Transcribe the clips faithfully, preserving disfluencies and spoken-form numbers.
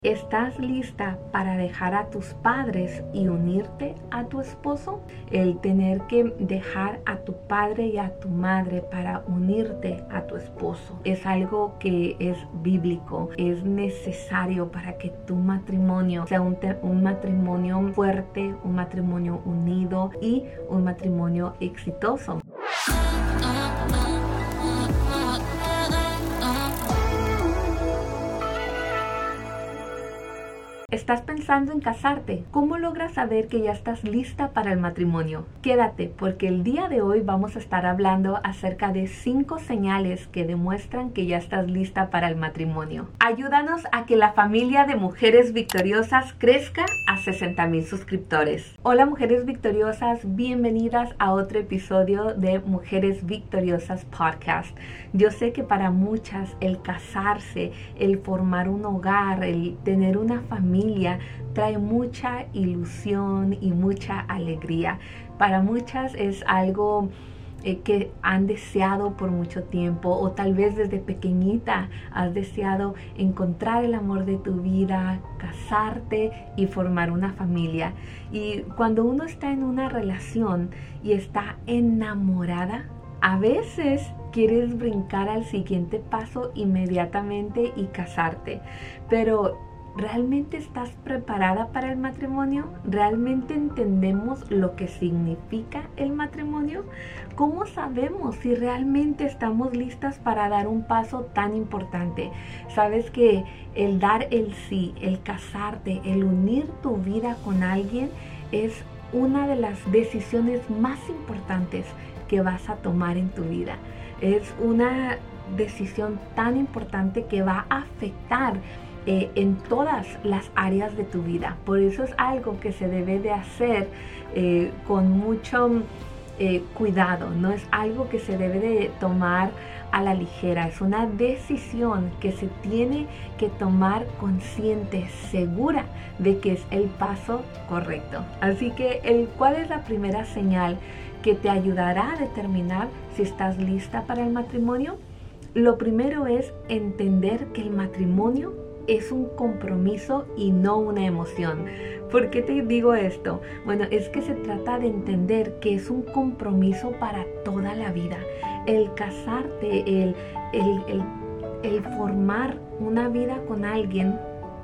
¿Estás lista para dejar a tus padres y unirte a tu esposo? El tener que dejar a tu padre y a tu madre para unirte a tu esposo es algo que es bíblico, es necesario para que tu matrimonio sea un, un matrimonio fuerte, un matrimonio unido y un matrimonio exitoso. ¿Estás pensando en casarte? ¿Cómo logras saber que ya estás lista para el matrimonio? Quédate, porque el día de hoy vamos a estar hablando acerca de cinco señales que demuestran que ya estás lista para el matrimonio. Ayúdanos a que la familia de Mujeres Victoriosas crezca a sesenta mil suscriptores. Hola Mujeres Victoriosas, bienvenidas a otro episodio de Mujeres Victoriosas Podcast. Yo sé que para muchas el casarse, el formar un hogar, el tener una familia, trae mucha ilusión y mucha alegría. Para muchas es algo eh, que han deseado por mucho tiempo, o tal vez desde pequeñita has deseado encontrar el amor de tu vida, casarte y formar una familia. Y cuando uno está en una relación y está enamorada, a veces quieres brincar al siguiente paso inmediatamente y casarte, pero ¿realmente estás preparada para el matrimonio? ¿Realmente entendemos lo que significa el matrimonio? ¿Cómo sabemos si realmente estamos listas para dar un paso tan importante? Sabes que el dar el sí, el casarte, el unir tu vida con alguien es una de las decisiones más importantes que vas a tomar en tu vida. Es una decisión tan importante que va a afectar Eh, en todas las áreas de tu vida. Por eso es algo que se debe de hacer eh, con mucho eh, cuidado. No es algo que se debe de tomar a la ligera. Es una decisión que se tiene que tomar consciente, segura de que es el paso correcto. Así que, el, ¿cuál es la primera señal que te ayudará a determinar si estás lista para el matrimonio? Lo primero es entender que el matrimonio es un compromiso y no una emoción. ¿Por qué te digo esto? Bueno, es que se trata de entender que es un compromiso para toda la vida. El casarte, el, el, el, el formar una vida con alguien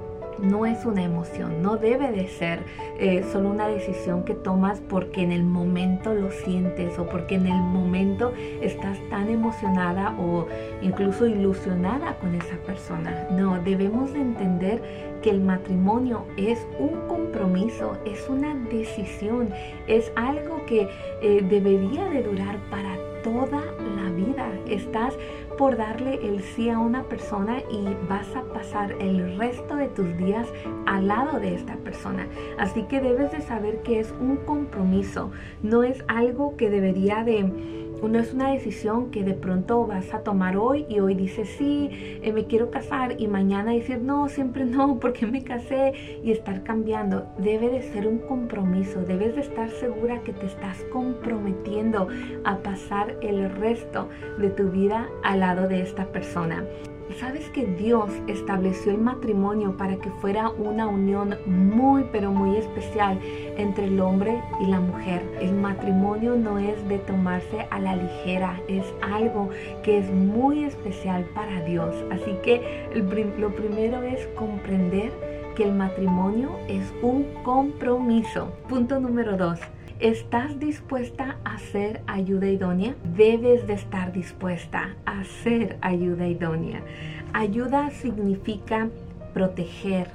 no es una emoción, no debe de ser eh, solo una decisión que tomas porque en el momento lo sientes o porque en el momento estás tan emocionada o incluso ilusionada con esa persona. No, debemos de entender que el matrimonio es un compromiso, es una decisión, es algo que eh, debería de durar para toda la vida. Estás por darle el sí a una persona y vas a pasar el resto de tus días al lado de esta persona. Así que debes de saber que es un compromiso, no es algo que debería de... No es una decisión que de pronto vas a tomar hoy y hoy dices sí, eh, me quiero casar, y mañana decir no, siempre no, porque me casé, y estar cambiando. Debe de ser un compromiso, debes de estar segura que te estás comprometiendo a pasar el resto de tu vida al lado de esta persona. ¿Sabes que Dios estableció el matrimonio para que fuera una unión muy, pero muy especial entre el hombre y la mujer? El matrimonio no es de tomarse a la ligera, es algo que es muy especial para Dios. Así que el, lo primero es comprender que el matrimonio es un compromiso. Punto número dos. ¿Estás dispuesta a ser ayuda idónea? Debes de estar dispuesta a ser ayuda idónea. Ayuda significa proteger,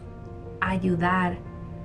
ayudar,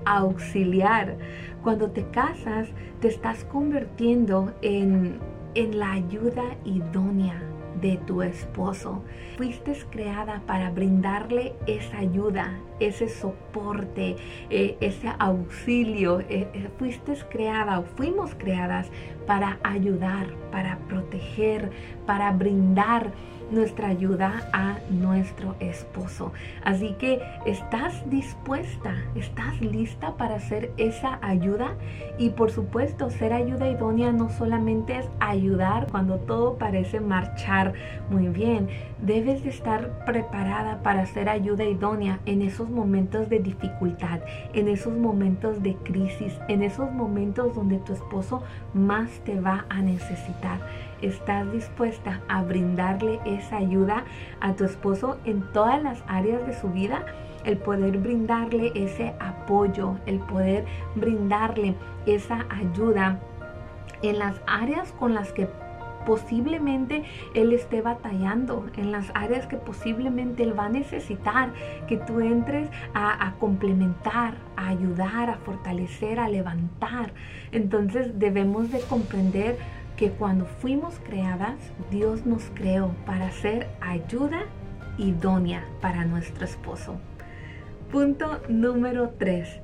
auxiliar. Cuando te casas, te estás convirtiendo en, en la ayuda idónea de tu esposo. Fuiste creada para brindarle esa ayuda, ese soporte, eh, ese auxilio. Eh, eh, fuiste creada o fuimos creadas para ayudar, para proteger, para brindar nuestra ayuda a nuestro esposo. Así que estás dispuesta, estás lista para hacer esa ayuda. Y por supuesto, ser ayuda idónea no solamente es ayudar cuando todo parece marchar muy bien. Debes de estar preparada para ser ayuda idónea en esos esos momentos de dificultad, en esos momentos de crisis, en esos momentos donde tu esposo más te va a necesitar. ¿Estás dispuesta a brindarle esa ayuda a tu esposo en todas las áreas de su vida? El poder brindarle ese apoyo, el poder brindarle esa ayuda en las áreas con las que posiblemente él esté batallando, en las áreas que posiblemente él va a necesitar que tú entres a, a complementar, a ayudar, a fortalecer, a levantar. Entonces debemos de comprender que cuando fuimos creadas, Dios nos creó para ser ayuda idónea para nuestro esposo. Punto número tres.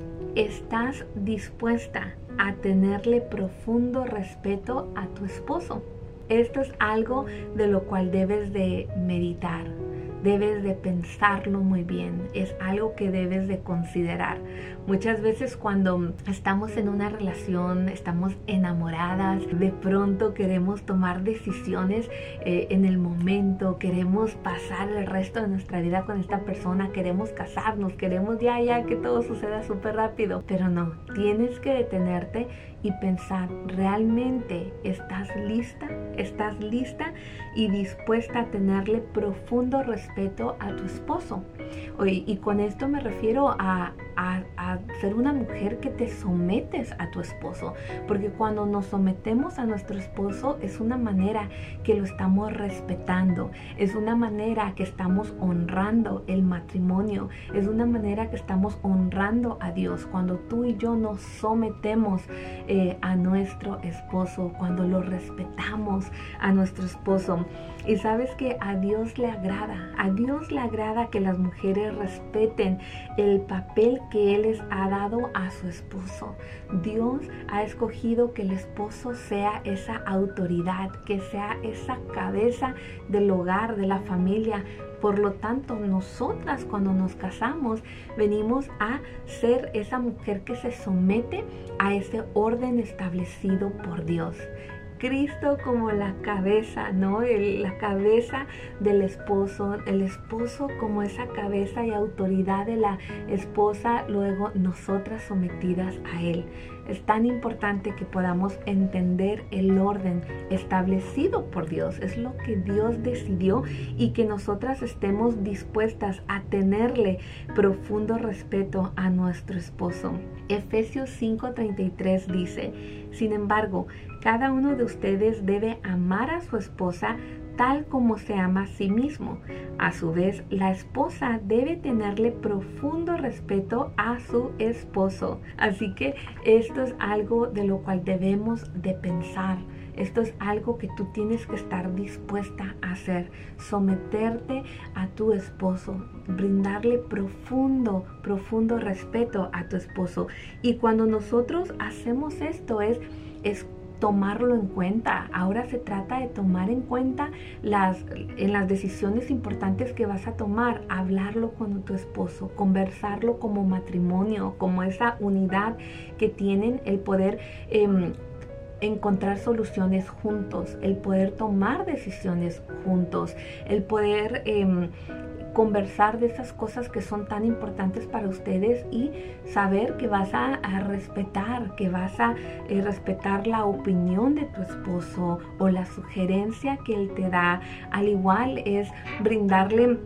¿Estás dispuesta a tenerle profundo respeto a tu esposo? Esto es algo de lo cual debes de meditar, debes de pensarlo muy bien, es algo que debes de considerar. Muchas veces cuando estamos en una relación, estamos enamoradas, de pronto queremos tomar decisiones eh, en el momento, queremos pasar el resto de nuestra vida con esta persona, queremos casarnos, queremos ya, ya que todo suceda súper rápido. Pero no, tienes que detenerte y pensar, ¿realmente estás lista? ¿Estás lista y dispuesta a tenerle profundo respeto a tu esposo? Oye, y con esto me refiero a, a, a ser una mujer que te sometes a tu esposo, porque cuando nos sometemos a nuestro esposo es una manera que lo estamos respetando, es una manera que estamos honrando el matrimonio, es una manera que estamos honrando a Dios. Cuando tú y yo nos sometemos eh, a nuestro esposo, cuando lo respetamos a nuestro esposo. Y sabes que a Dios le agrada, a Dios le agrada que las mujeres respeten el papel que Él les ha dado a su esposo. Dios ha escogido que el esposo sea esa autoridad, que sea esa cabeza del hogar, de la familia. Por lo tanto, nosotras cuando nos casamos venimos a ser esa mujer que se somete a ese orden establecido por Dios. Cristo como la cabeza, ¿no? El, la cabeza del esposo, el esposo como esa cabeza y autoridad de la esposa, luego nosotras sometidas a Él. Es tan importante que podamos entender el orden establecido por Dios. Es lo que Dios decidió y que nosotras estemos dispuestas a tenerle profundo respeto a nuestro esposo. Efesios cinco treinta y tres dice, sin embargo, cada uno de ustedes debe amar a su esposa tal como se ama a sí mismo. A su vez, la esposa debe tenerle profundo respeto a su esposo. Así que esto es algo de lo cual debemos de pensar. Esto es algo que tú tienes que estar dispuesta a hacer, someterte a tu esposo, brindarle profundo, profundo respeto a tu esposo. Y cuando nosotros hacemos esto es, es tomarlo en cuenta. Ahora se trata de tomar en cuenta las, en las decisiones importantes que vas a tomar, hablarlo con tu esposo, conversarlo como matrimonio, como esa unidad que tienen, el poder eh, encontrar soluciones juntos, el poder tomar decisiones juntos, el poder eh, conversar de esas cosas que son tan importantes para ustedes y saber que vas a, a respetar, que vas a eh, respetar la opinión de tu esposo o la sugerencia que él te da. Al igual es brindarle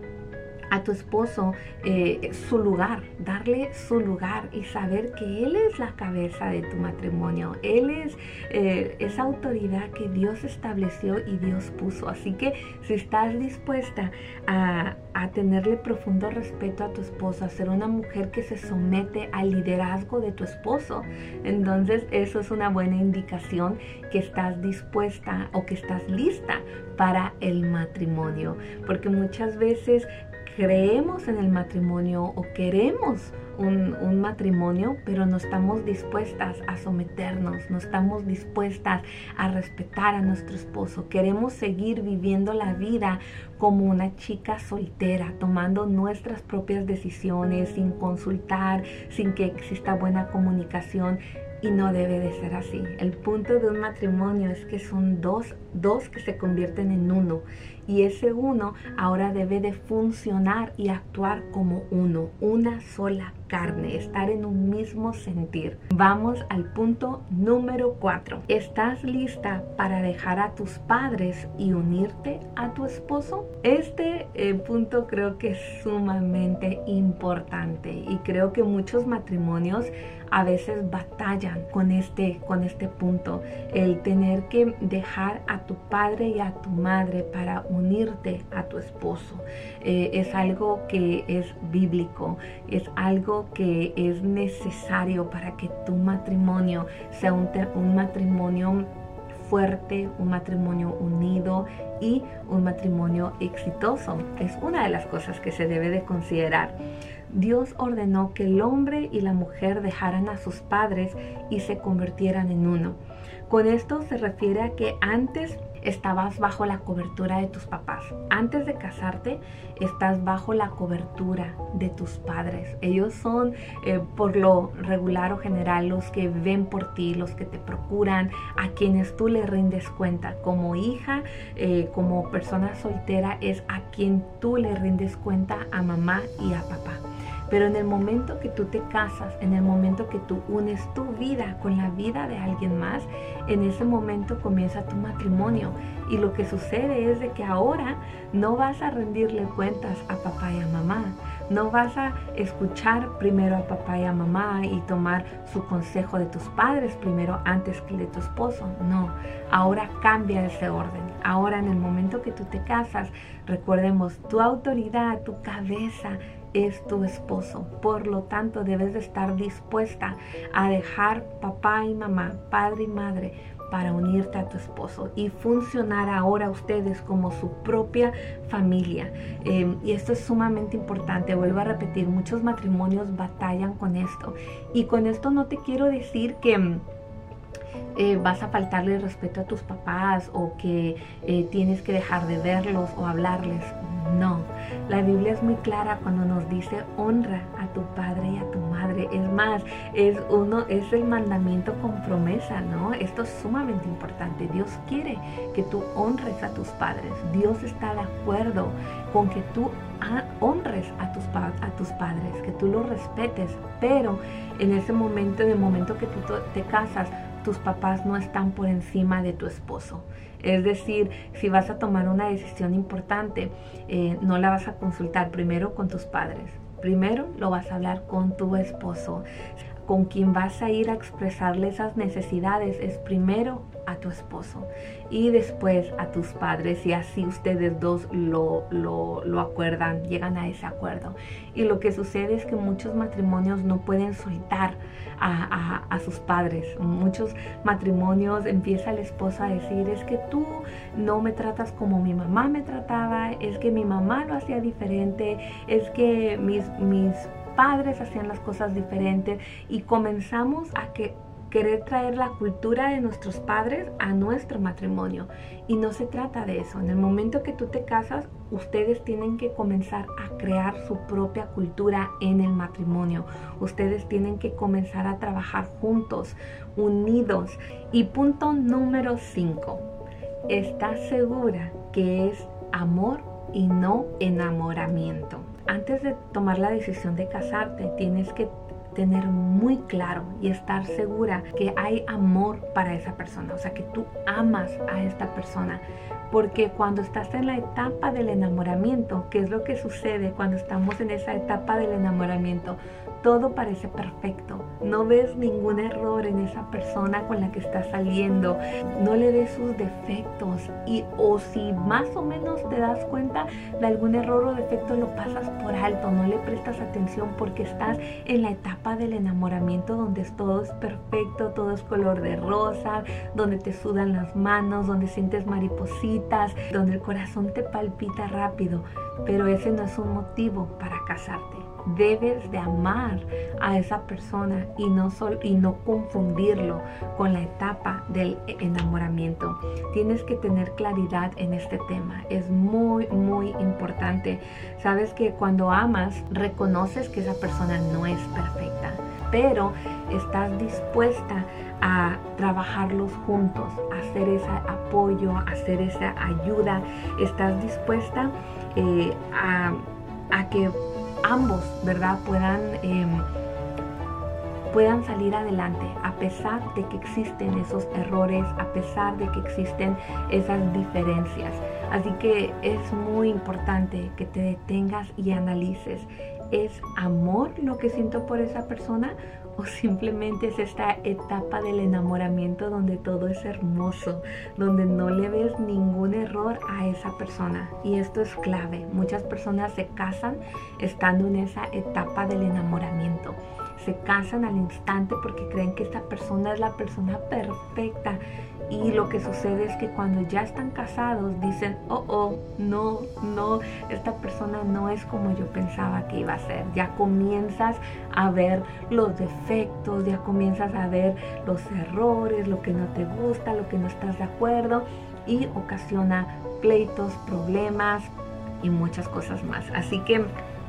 a tu esposo eh, su lugar, darle su lugar y saber que él es la cabeza de tu matrimonio, él es eh, esa autoridad que Dios estableció y Dios puso. Así que si estás dispuesta a, a tenerle profundo respeto a tu esposo, a ser una mujer que se somete al liderazgo de tu esposo, entonces eso es una buena indicación que estás dispuesta o que estás lista para el matrimonio, porque muchas veces creemos en el matrimonio o queremos un, un matrimonio, pero no estamos dispuestas a someternos, no estamos dispuestas a respetar a nuestro esposo. Queremos seguir viviendo la vida como una chica soltera, tomando nuestras propias decisiones, sin consultar, sin que exista buena comunicación. Y no debe de ser así. El punto de un matrimonio es que son dos, dos que se convierten en uno. Y ese uno ahora debe de funcionar y actuar como uno, una sola carne, estar en un mismo sentir. Vamos al punto número cuatro. ¿Estás lista para dejar a tus padres y unirte a tu esposo? Este eh, punto creo que es sumamente importante y creo que muchos matrimonios a veces batallan con este, con este punto, el tener que dejar a tu padre y a tu madre para unirte a tu esposo. Eh, es algo que es bíblico, es algo que es necesario para que tu matrimonio sea un, un matrimonio fuerte, un matrimonio unido y un matrimonio exitoso. Es una de las cosas que se debe de considerar. Dios ordenó que el hombre y la mujer dejaran a sus padres y se convirtieran en uno. Con esto se refiere a que antes estabas bajo la cobertura de tus papás. Antes de casarte, estás bajo la cobertura de tus padres. Ellos son, eh, por lo regular o general, los que ven por ti, los que te procuran, a quienes tú le rindes cuenta. Como hija, eh, como persona soltera, es a quien tú le rindes cuenta, a mamá y a papá. Pero en el momento que tú te casas, en el momento que tú unes tu vida con la vida de alguien más, en ese momento comienza tu matrimonio. Y lo que sucede es de que ahora no vas a rendirle cuentas a papá y a mamá. No vas a escuchar primero a papá y a mamá y tomar su consejo de tus padres primero antes que el de tu esposo. No, ahora cambia ese orden. Ahora en el momento que tú te casas, recordemos, tu autoridad, tu cabeza es tu esposo. Por lo tanto, debes de estar dispuesta a dejar papá y mamá, padre y madre, para unirte a tu esposo y funcionar ahora ustedes como su propia familia. Eh, y esto es sumamente importante. Vuelvo a repetir, muchos matrimonios batallan con esto. Y con esto no te quiero decir que Eh, vas a faltarle el respeto a tus papás o que eh, tienes que dejar de verlos o hablarles. No, la Biblia es muy clara cuando nos dice honra a tu padre y a tu madre. Es más, es uno, es el mandamiento con promesa, ¿no? Esto es sumamente importante. Dios quiere que tú honres a tus padres. Dios está de acuerdo con que tú honres a tus, a tus padres, que tú los respetes, pero en ese momento, en el momento que tú te casas, tus papás no están por encima de tu esposo. Es decir, si vas a tomar una decisión importante, eh, no la vas a consultar primero con tus padres. Primero lo vas a hablar con tu esposo. Con quien vas a ir a expresarle esas necesidades es primero a tu esposo y después a tus padres, y así ustedes dos lo, lo, lo acuerdan, llegan a ese acuerdo. Y lo que sucede es que muchos matrimonios no pueden soltar a, a, a sus padres. Muchos matrimonios empieza el esposo a decir, es que tú no me tratas como mi mamá me trataba, es que mi mamá lo hacía diferente, es que mis, mis padres hacían las cosas diferentes, y comenzamos a que querer traer la cultura de nuestros padres a nuestro matrimonio. Y no se trata de eso. En el momento que tú te casas, ustedes tienen que comenzar a crear su propia cultura en el matrimonio. Ustedes tienen que comenzar a trabajar juntos, unidos. Y punto número cinco. ¿Estás segura que es amor y no enamoramiento? Antes de tomar la decisión de casarte, tienes que tener muy claro y estar segura que hay amor para esa persona, o sea, que tú amas a esta persona. Porque cuando estás en la etapa del enamoramiento, ¿qué es lo que sucede cuando estamos en esa etapa del enamoramiento? Todo parece perfecto, no ves ningún error en esa persona con la que estás saliendo, no le ves sus defectos, y o si más o menos te das cuenta de algún error o defecto, lo pasas por alto, no le prestas atención porque estás en la etapa del enamoramiento donde todo es perfecto, todo es color de rosa, donde te sudan las manos, donde sientes maripositas, donde el corazón te palpita rápido. Pero ese no es un motivo para casarte. debes de amar a esa persona y no, sol, y no confundirlo con la etapa del enamoramiento. Tienes que tener claridad en este tema. Es muy, muy importante. Sabes que cuando amas, reconoces que esa persona no es perfecta, pero estás dispuesta a trabajarlos juntos, a hacer ese apoyo, a hacer esa ayuda. Estás dispuesta eh, a, a que ambos, ¿verdad?, puedan, eh, puedan salir adelante a pesar de que existen esos errores, a pesar de que existen esas diferencias. Así que es muy importante que te detengas y analices. ¿Es amor lo que siento por esa persona? ¿O simplemente es esta etapa del enamoramiento donde todo es hermoso, donde no le ves ningún error a esa persona? Y esto es clave. Muchas personas se casan estando en esa etapa del enamoramiento. Se casan al instante porque creen que esta persona es la persona perfecta. Y lo que sucede es que cuando ya están casados dicen, oh, oh, no, no, esta persona no es como yo pensaba que iba a ser. Ya comienzas a ver los defectos, ya comienzas a ver los errores, lo que no te gusta, lo que no estás de acuerdo, y ocasiona pleitos, problemas y muchas cosas más. Así que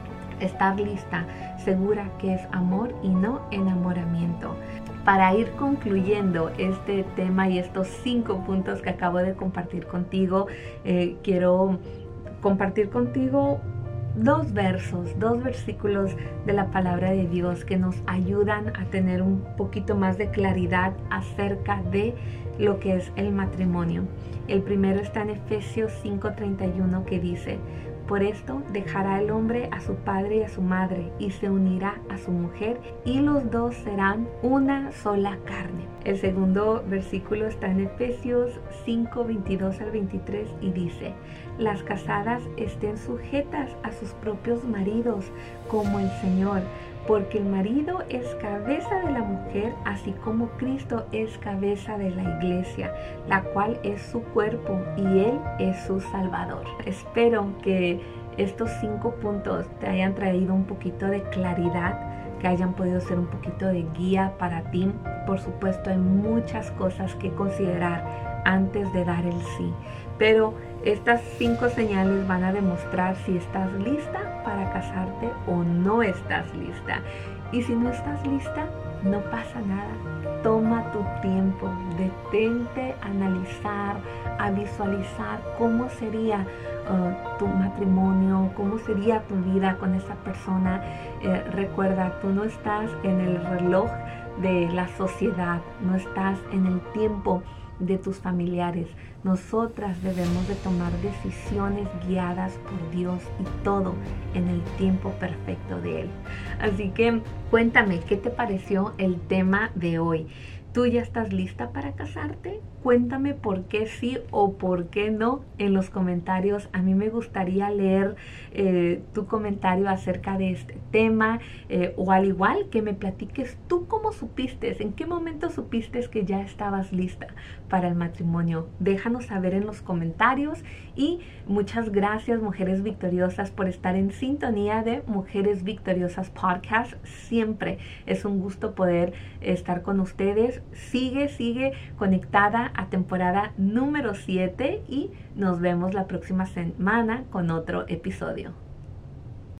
estar lista, segura que es amor y no enamoramiento. Para ir concluyendo este tema y estos cinco puntos que acabo de compartir contigo, eh, quiero compartir contigo dos versos, dos versículos de la palabra de Dios que nos ayudan a tener un poquito más de claridad acerca de lo que es el matrimonio. El primero está en Efesios cinco treinta y uno, que dice: por esto dejará el hombre a su padre y a su madre, y se unirá a su mujer, y los dos serán una sola carne. El segundo versículo está en Efesios cinco veintidós al veintitrés y dice: las casadas estén sujetas a sus propios maridos como el Señor, porque el marido es cabeza de la mujer, así como Cristo es cabeza de la iglesia, la cual es su cuerpo y Él es su Salvador. Espero que estos cinco puntos te hayan traído un poquito de claridad, que hayan podido ser un poquito de guía para ti. Por supuesto, hay muchas cosas que considerar antes de dar el sí, pero estas cinco señales van a demostrar si estás lista para casarte o no estás lista. Y si no estás lista, no pasa nada. Toma tu tiempo, detente a analizar, a visualizar cómo sería uh, tu matrimonio, cómo sería tu vida con esa persona. Eh, recuerda, tú no estás en el reloj de la sociedad, no estás en el tiempo de tus familiares. Nosotras debemos de tomar decisiones guiadas por Dios, y todo en el tiempo perfecto de Él. Así que cuéntame, ¿qué te pareció el tema de hoy? ¿Tú ya estás lista para casarte? Cuéntame por qué sí o por qué no en los comentarios. A mí me gustaría leer eh, tu comentario acerca de este tema, eh, o al igual que me platiques tú cómo supiste, en qué momento supiste que ya estabas lista para el matrimonio. Déjanos saber en los comentarios, y muchas gracias, Mujeres Victoriosas, por estar en sintonía de Mujeres Victoriosas Podcast. Siempre es un gusto poder estar con ustedes. Sigue, sigue conectada a temporada número siete, y nos vemos la próxima semana con otro episodio.